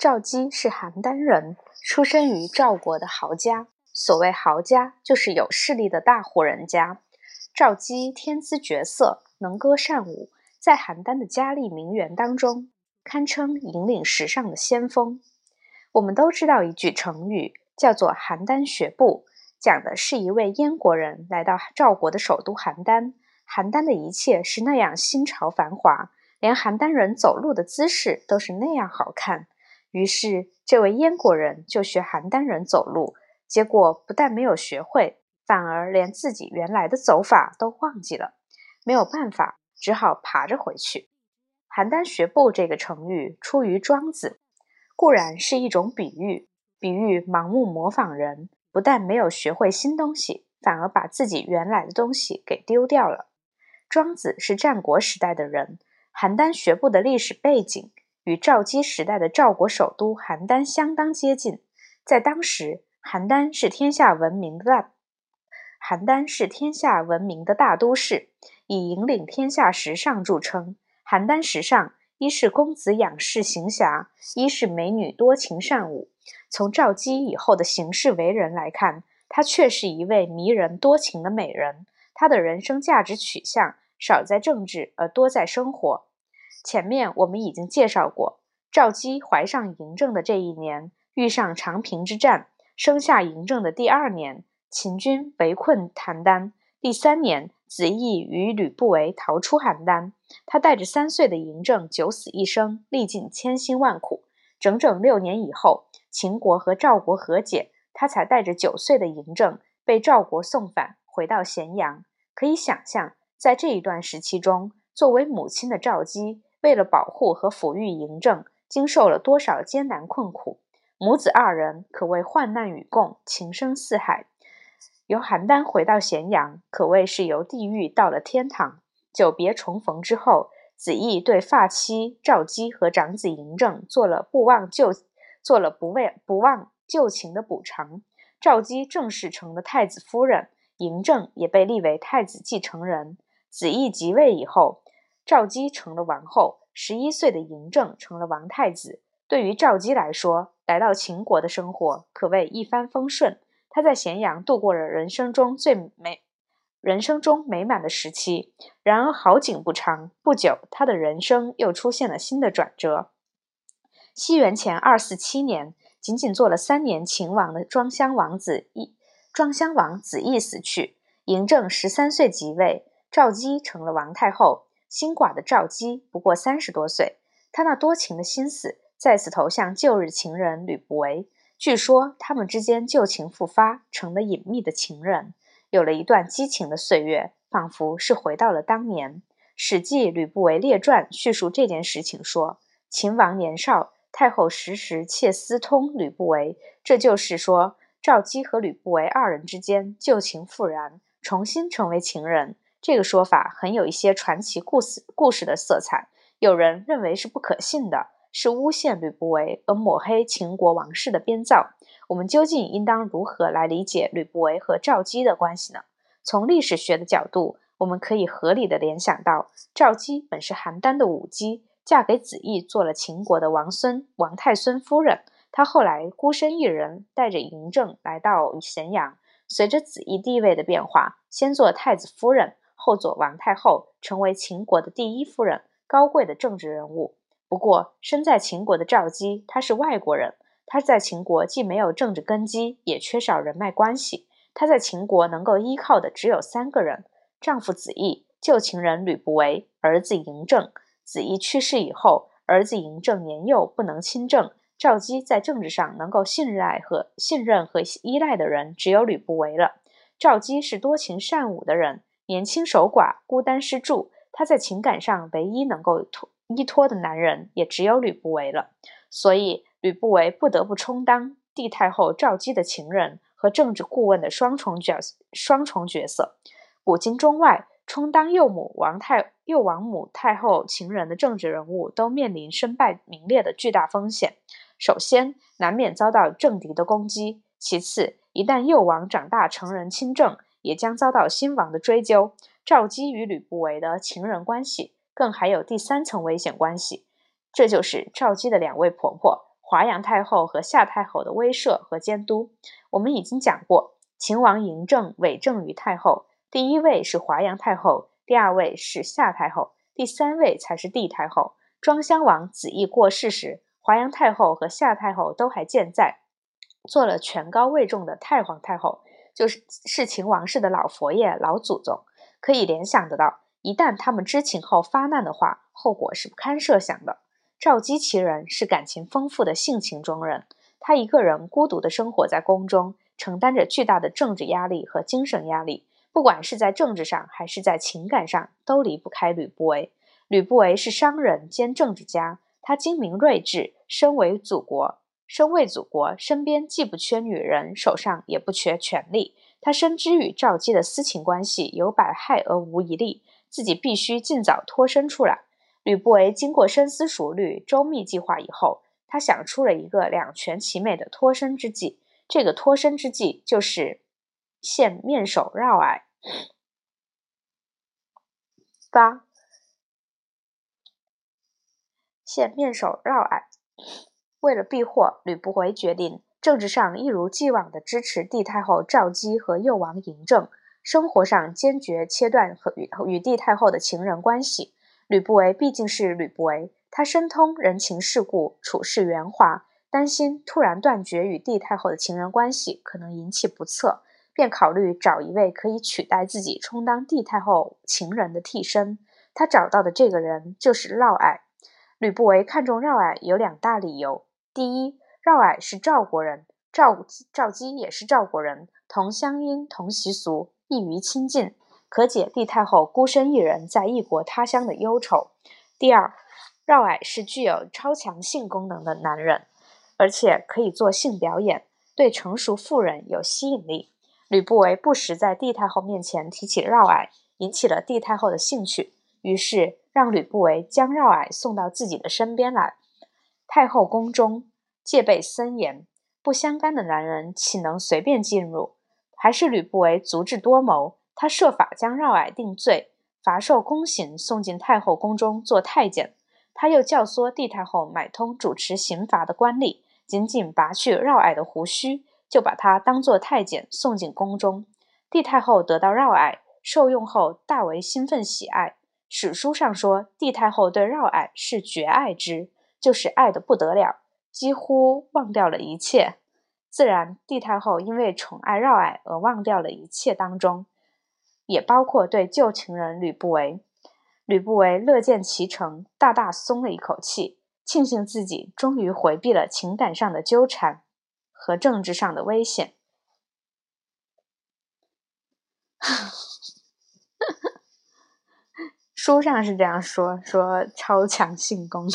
赵姬是邯郸人，出生于赵国的豪家。所谓豪家，就是有势力的大户人家。赵姬天姿绝色，能歌善舞，在邯郸的佳丽名媛当中，堪称引领时尚的先锋。我们都知道一句成语，叫做邯郸学步，讲的是一位燕国人来到赵国的首都邯郸，邯郸的一切是那样新潮繁华，连邯郸人走路的姿势都是那样好看。于是这位燕国人就学邯郸人走路，结果不但没有学会，反而连自己原来的走法都忘记了。没有办法，只好爬着回去。邯郸学步这个成语出于庄子，固然是一种比喻，比喻盲目模仿人，不但没有学会新东西，反而把自己原来的东西给丢掉了。庄子是战国时代的人，邯郸学步的历史背景与赵姬时代的赵国首都邯郸相当接近。在当时，邯郸是天下闻名的大都市，以引领天下时尚著称。邯郸时尚，一是公子仰视行侠，一是美女多情善舞。从赵姬以后的行事为人来看，她确是一位迷人多情的美人。她的人生价值取向少在政治，而多在生活。前面我们已经介绍过，赵姬怀上嬴政的这一年，遇上长平之战，生下嬴政的第2年，秦军围困邯郸，第3年，子义与吕不韦逃出邯郸。他带着3岁的嬴政九死一生，历尽千辛万苦。整整6年以后，秦国和赵国和解，他才带着9岁的嬴政被赵国送返，回到咸阳。可以想象，在这一段时期中，作为母亲的赵姬为了保护和抚育嬴政，经受了多少艰难困苦。母子2人可谓患难与共，情深似海。由邯郸回到咸阳，可谓是由地狱到了天堂。久别重逢之后，子义对发妻赵姬和长子嬴政做了不忘旧情的补偿。赵姬正式成了太子夫人，嬴政也被立为太子继承人。子义即位以后，赵姬成了王后，11岁的嬴政成了王太子。对于赵姬来说，来到秦国的生活可谓一帆风顺。他在咸阳度过了人生中美满的时期。然而好景不长，不久他的人生又出现了新的转折。西元前247年，仅仅做了3年秦王的庄襄王子义死去，嬴政13岁即位，赵姬成了王太后。新寡的赵姬不过30多岁，她那多情的心思再次投向旧日情人吕不韦。据说他们之间旧情复发，成了隐秘的情人，有了一段激情的岁月，仿佛是回到了当年。史记吕不韦列传叙述这件事情说，秦王年少，太后时时切私通吕不韦。这就是说，赵姬和吕不韦2人之间旧情复燃，重新成为情人。这个说法很有一些传奇故事的色彩，有人认为是不可信的，是诬陷吕不韦而抹黑秦国王室的编造。我们究竟应当如何来理解吕不韦和赵姬的关系呢？从历史学的角度，我们可以合理的联想到，赵姬本是邯郸的舞姬，嫁给子义做了秦国的王太孙夫人。她后来孤身一人，带着嬴政来到咸阳。随着子义地位的变化，先做太子夫人，后做王太后，成为秦国的第1夫人，高贵的政治人物。不过，身在秦国的赵姬，她是外国人，她在秦国既没有政治根基，也缺少人脉关系。她在秦国能够依靠的只有3个人：丈夫子义、旧情人吕不韦、儿子嬴政。子义去世以后，儿子嬴政年幼，不能亲政。赵姬在政治上能够信任和依赖的人只有吕不韦了。赵姬是多情善舞的人，年轻守寡，孤单失助，她在情感上唯一能够依托的男人也只有吕不韦了。所以吕不韦不得不充当帝太后赵姬的情人和政治顾问的双重角色。古今中外，充当右王母太后情人的政治人物都面临身败名裂的巨大风险。首先，难免遭到政敌的攻击；其次，一旦幼王长大成人亲政，也将遭到新王的追究。赵姬与吕不韦的情人关系更还有第3层危险关系，这就是赵姬的2位婆婆华阳太后和夏太后的威慑和监督。我们已经讲过，秦王嬴政委政于太后，第一位是华阳太后，第二位是夏太后，第三位才是帝太后。庄襄王子义过世时，华阳太后和夏太后都还健在，做了权高位重的太皇太后，就是秦王室的老佛爷、老祖宗。可以联想得到，一旦他们知情后发难的话，后果是不堪设想的。赵姬其人是感情丰富的性情中人，他一个人孤独地生活在宫中，承担着巨大的政治压力和精神压力，不管是在政治上还是在情感上，都离不开吕不韦。吕不韦是商人兼政治家，他精明睿智，身为祖国，身边既不缺女人，手上也不缺权力。他深知与赵姬的私情关系有百害而无一利，自己必须尽早脱身出来。吕不韦经过深思熟虑、周密计划以后，他想出了一个两全其美的脱身之计。这个脱身之计就是献面首绕霭。献面首绕霭。为了避祸，吕不韦决定政治上一如既往地支持帝太后赵姬和幼王嬴政，生活上坚决切断与帝太后的情人关系。吕不韦毕竟是吕不韦，他深通人情世故，处事圆滑，担心突然断绝与帝太后的情人关系可能引起不测，便考虑找一位可以取代自己充当帝太后情人的替身。他找到的这个人就是嫪毐。吕不韦看中嫪毐有两大理由：第一，嫪毐是赵国人，赵姬也是赵国人，同乡音同习俗，易于亲近，可解帝太后孤身一人在异国他乡的忧愁。第二，嫪毐是具有超强性功能的男人，而且可以做性表演，对成熟妇人有吸引力。吕不韦不时在帝太后面前提起嫪毐，引起了帝太后的兴趣，于是让吕不韦将嫪毐送到自己的身边来。太后宫中戒备森严，不相干的男人岂能随便进入？还是吕不韦足智多谋，他设法将嫪毐定罪，罚受宫刑，送进太后宫中做太监。他又教唆帝太后买通主持刑罚的官吏，仅仅拔去嫪毐的胡须，就把他当作太监送进宫中。帝太后得到嫪毐，受用后大为兴奋喜爱。史书上说，帝太后对嫪毐是绝爱之，就是爱得不得了，几乎忘掉了一切。自然，帝太后因为宠爱嫪毐而忘掉了一切当中，也包括对旧情人吕不韦。吕不韦乐见其成，大大松了一口气，庆幸自己终于回避了情感上的纠缠和政治上的危险。书上是这样说超强性功。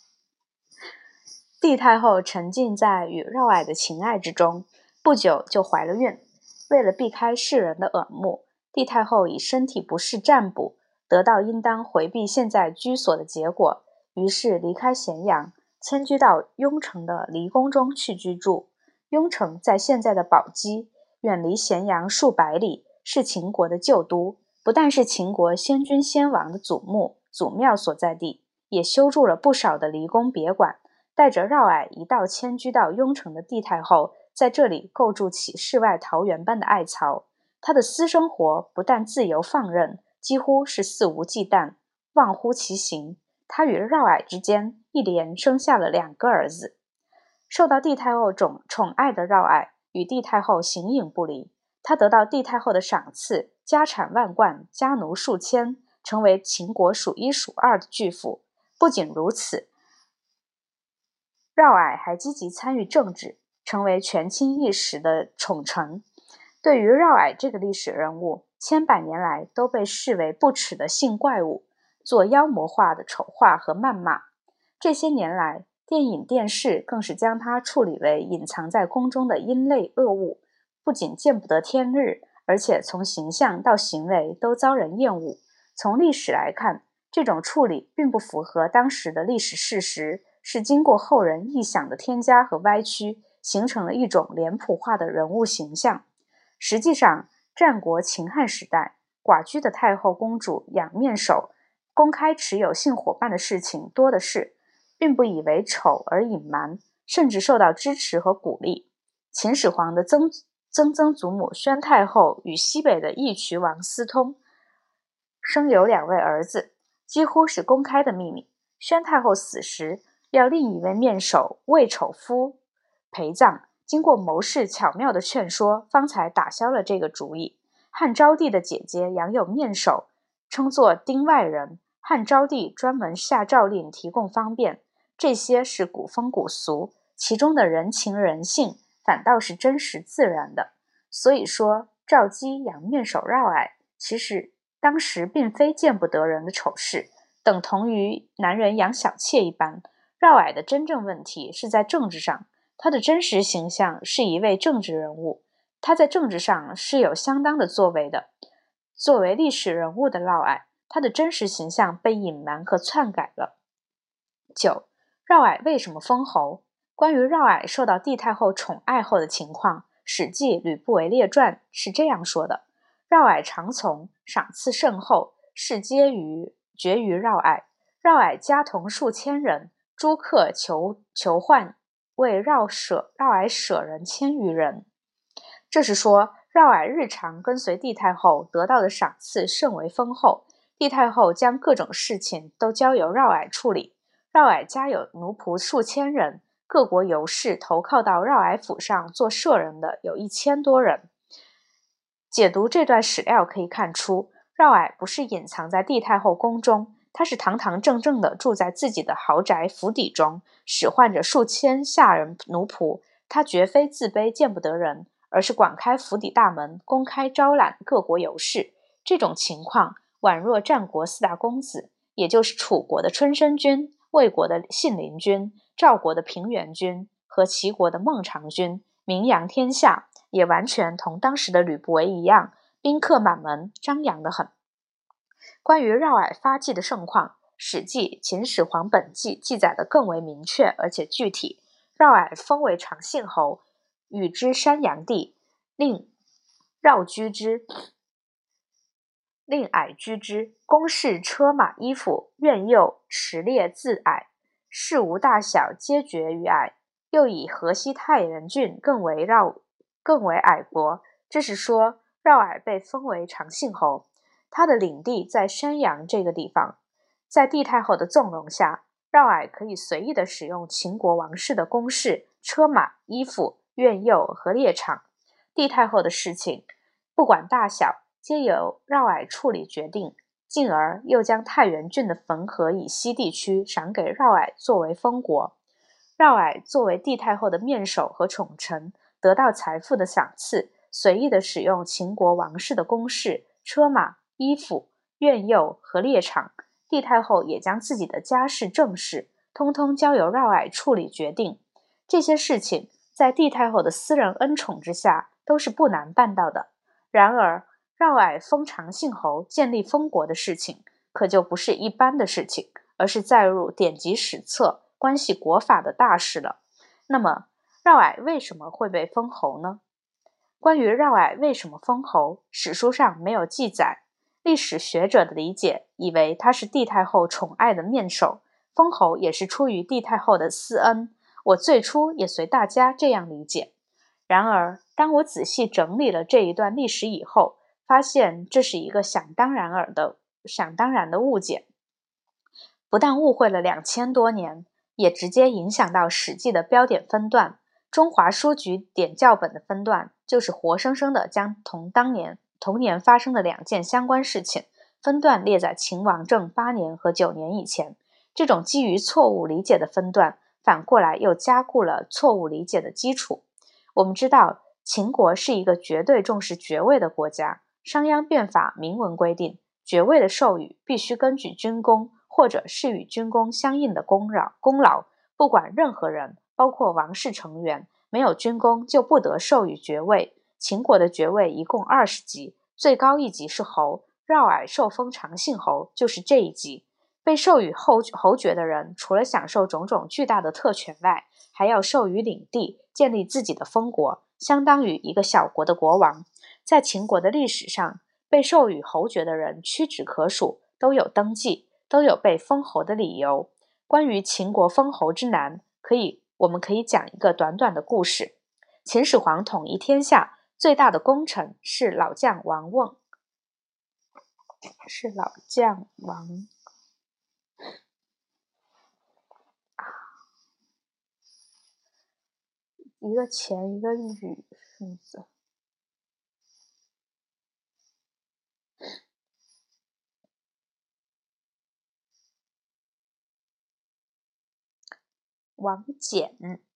帝太后沉浸在与嫪毐的情爱之中，不久就怀了孕。为了避开世人的耳目，帝太后以身体不适占卜，得到应当回避现在居所的结果，于是离开咸阳，迁居到雍城的离宫中去居住。雍城在现在的宝鸡，远离咸阳数百里，是秦国的旧都，不但是秦国先君先王的祖墓、祖庙所在地，也修筑了不少的离宫别馆。带着嫪毐一道迁居到雍城的帝太后，在这里构筑起世外桃源般的爱巢。她的私生活不但自由放任，几乎是肆无忌惮，忘乎其行。她与嫪毐之间一连生下了2个儿子。受到帝太后宠爱的嫪毐与帝太后形影不离，他得到帝太后的赏赐，家产万贯，家奴数千，成为秦国数1数2的巨富。不仅如此，嫪毐还积极参与政治，成为权倾一时的宠臣。对于嫪毐这个历史人物，千百年来都被视为不耻的性怪物，做妖魔化的丑化和谩骂。这些年来，电影电视更是将他处理为隐藏在宫中的阴类恶物，不仅见不得天日，而且从形象到行为都遭人厌恶。从历史来看，这种处理并不符合当时的历史事实，是经过后人臆想的添加和歪曲，形成了一种脸谱化的人物形象。实际上，战国秦汉时代，寡居的太后公主养面首，公开持有性伙伴的事情多的是，并不以为丑而隐瞒， 甚至受到支持和鼓励。秦始皇的曾祖母宣太后与西北的义渠王私通，生有2位儿子，几乎是公开的秘密。宣太后死时，要另一位面首魏丑夫陪葬，经过谋士巧妙的劝说，方才打消了这个主意。汉昭帝的姐姐养有面首，称作丁外人，汉昭帝专门下诏令提供方便。这些是古风古俗，其中的人情人性反倒是真实自然的。所以说赵姬养面首嫪毐，其实当时并非见不得人的丑事，等同于男人养小妾一般。嫪毐的真正问题是在政治上，他的真实形象是一位政治人物，他在政治上是有相当的作为的。作为历史人物的嫪毐，他的真实形象被隐瞒和篡改了。9. 嫪毐为什么封侯？关于嫪毐受到帝太后宠爱后的情况，《史记·吕不韦列传》是这样说的：嫪毐常从，赏赐甚厚，士皆绝于嫪毐。嫪毐家童数千人，诸客求患，为嫪毐舍人1000余人。这是说嫪毐日常跟随帝太后得到的赏赐甚为丰厚，帝太后将各种事情都交由嫪毐处理。嫪毐家有奴仆数千人，各国游士投靠到嫪毐府上做舍人的有1000多人。解读这段史料可以看出，嫪毐不是隐藏在帝太后宫中，他是堂堂正正地住在自己的豪宅府邸中，使唤着数千下人奴仆。他绝非自卑见不得人，而是广开府邸大门，公开招揽各国游士。这种情况宛若战国4大公子，也就是楚国的春申君、魏国的信陵君、赵国的平原君和齐国的孟尝君，名扬天下，也完全同当时的吕不韦一样，宾客满门，张扬得很。关于嫪毐发迹的盛况，《史记·秦始皇本纪》记载得更为明确而且具体。嫪毐封为长信侯，与之山阳地，令嫪居之。宫室车马衣服，苑囿池列自蔼，事无大小皆决于蔼。又以河西太原郡更为蔼国。这是说嫪毐被封为长信侯，他的领地在山阳这个地方。在帝太后的纵容下，嫪毐可以随意地使用秦国王室的宫室、车马、衣服、苑囿和猎场。帝太后的事情不管大小，皆由嫪毐处理决定，进而又将太原郡的汾河以西地区赏给嫪毐作为封国。嫪毐作为帝太后的面首和宠臣，得到财富的赏赐，随意地使用秦国王室的宫室、车马、衣服、苑囿和猎场。帝太后也将自己的家事政事通通交由嫪毐处理决定。这些事情在帝太后的私人恩宠之下都是不难办到的。然而嫪毐封长信侯建立封国的事情可就不是一般的事情，而是载入典籍史册，关系国法的大事了。那么嫪毐为什么会被封侯呢？关于嫪毐为什么封侯，史书上没有记载。历史学者的理解以为他是帝太后宠爱的面首，封侯也是出于帝太后的私恩。我最初也随大家这样理解。然而当我仔细整理了这一段历史以后，发现这是一个想当然的误解，不但误会了2000多年，也直接影响到《史记》的标点分段。中华书局点校本的分段就是活生生的将同年发生的2件相关事情分段列在秦王政8年和9年以前。这种基于错误理解的分段，反过来又加固了错误理解的基础。我们知道秦国是一个绝对重视爵位的国家，商鞅变法明文规定，爵位的授予必须根据军功或者是与军功相应的功劳，不管任何人，包括王室成员，没有军功就不得授予爵位。秦国的爵位一共20级，最高一级是侯，嫪毐受封长信侯就是这一级。被授予侯爵的人，除了享受种种巨大的特权外，还要授予领地，建立自己的封国，相当于一个小国的国王。在秦国的历史上，被授予侯爵的人屈指可数，都有登记，都有被封侯的理由。关于秦国封侯之难，可以我们可以讲一个短短的故事。秦始皇统一天下最大的功臣是老将王瓮，一个钱一个雨数字。王翦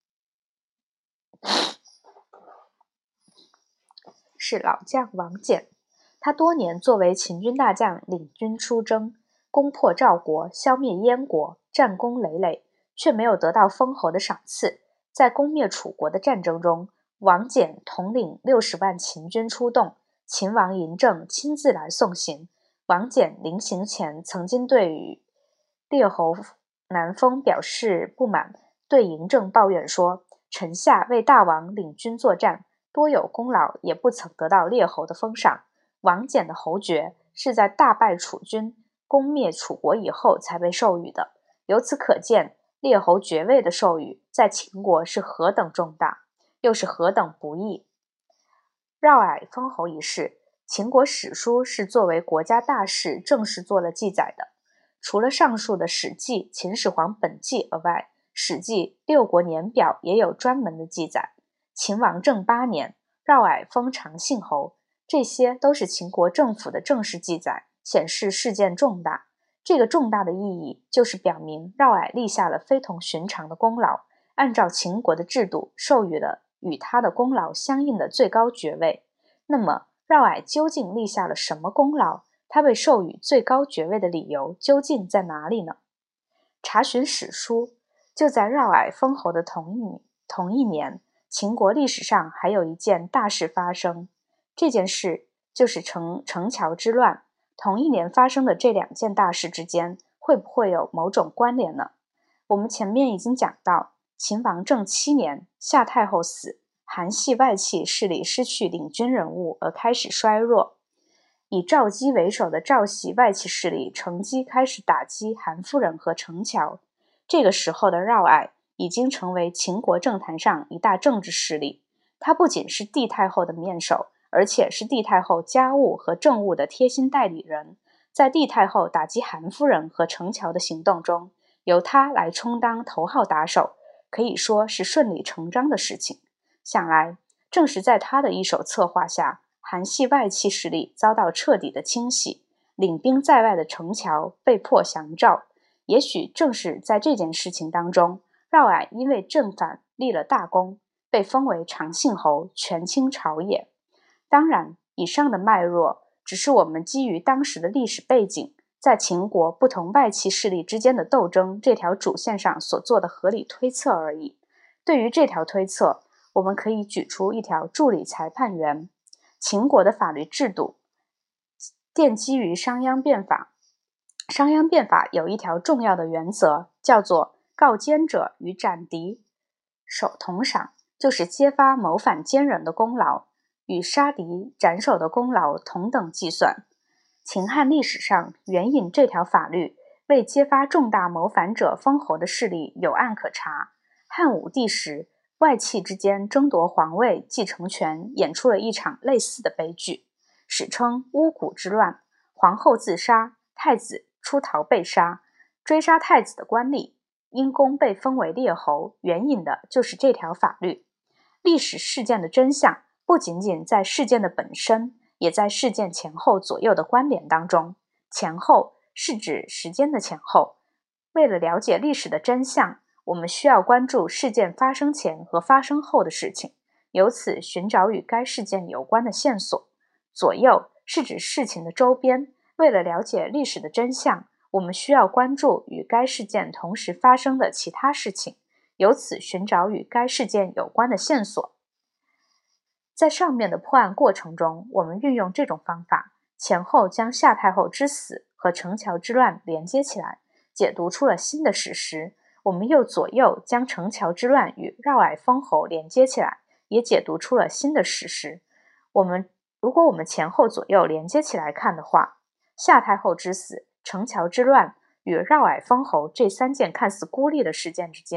是老将王翦，他多年作为秦军大将领军出征，攻破赵国，消灭燕国，战功累累，却没有得到封侯的赏赐。在攻灭楚国的战争中，王翦统领60万秦军出动，秦王嬴政亲自来送行。王翦临行前曾经对与列侯南丰表示不满，对嬴政抱怨说：“臣下为大王领军作战，多有功劳，也不曾得到列侯的封赏。”王翦的侯爵是在大败楚军、攻灭楚国以后才被授予的。由此可见，列侯爵位的授予在秦国是何等重大，又是何等不易。嫪毐封侯一事，秦国史书是作为国家大事正式做了记载的。除了上述的《史记》《秦始皇本纪》而外，《史记》六国年表也有专门的记载。秦王政8年，嫪毐封长信侯，这些都是秦国政府的正式记载，显示事件重大。这个重大的意义就是表明嫪毐立下了非同寻常的功劳，按照秦国的制度授予了与他的功劳相应的最高爵位。那么嫪毐究竟立下了什么功劳？他被授予最高爵位的理由究竟在哪里呢？查询史书，就在嫪毐封侯的同一年，秦国历史上还有一件大事发生，这件事就是城桥之乱。同一年发生的这2件大事之间，会不会有某种关联呢？我们前面已经讲到，秦王政7年，夏太后死，韩系外戚势力失去领军人物而开始衰弱。以赵姬为首的赵系外戚势力乘机开始打击韩夫人和程乔。这个时候的嫪毐已经成为秦国政坛上一大政治势力，他不仅是帝太后的面首，而且是帝太后家务和政务的贴心代理人。在帝太后打击韩夫人和程乔的行动中，由他来充当头号打手，可以说是顺理成章的事情。想来，正是在他的一手策划下，韩系外戚势力遭到彻底的清洗，领兵在外的程乔被迫降赵。也许正是在这件事情当中，嫪毐因为正反立了大功，被封为长信侯，权倾朝野。当然，以上的脉络只是我们基于当时的历史背景，在秦国不同外戚势力之间的斗争这条主线上所做的合理推测而已。对于这条推测，我们可以举出一条助理裁判员。秦国的法律制度奠基于商鞅变法。商鞅变法有一条重要的原则，叫做告奸者与斩敌首同赏，就是揭发谋反奸人的功劳与杀敌斩首的功劳同等计算。秦汉历史上援引这条法律，为揭发重大谋反者封侯的势力有案可查。汉武帝时，外戚之间争夺皇位继承权，演出了一场类似的悲剧，史称巫蛊之乱。皇后自杀，太子出逃被杀，追杀太子的官吏因功被封为列侯，援引的就是这条法律。历史事件的真相不仅仅在事件的本身，也在事件前后左右的关联当中。前后是指时间的前后。为了了解历史的真相，我们需要关注事件发生前和发生后的事情，由此寻找与该事件有关的线索。左右是指事情的周边，为了了解历史的真相，我们需要关注与该事件同时发生的其他事情，由此寻找与该事件有关的线索。在上面的破案过程中，我们运用这种方法，前后将夏太后之死和程乔之乱连接起来，解读出了新的史实。我们又左右将程乔之乱与嫪毐封侯连接起来，也解读出了新的史实。如果我们前后左右连接起来看的话，夏太后之死、程乔之乱与嫪毐封侯这3件看似孤立的事件之间，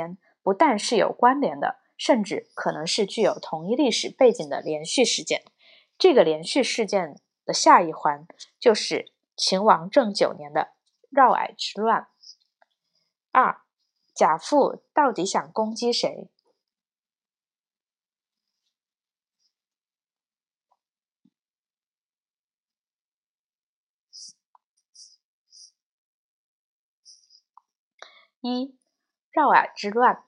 不但是有关联的，甚至可能是具有同一历史背景的连续事件。这个连续事件的下一环就是秦王政9年的嫪毐之乱。2. 贾父到底想攻击谁？一、嫪毐之乱。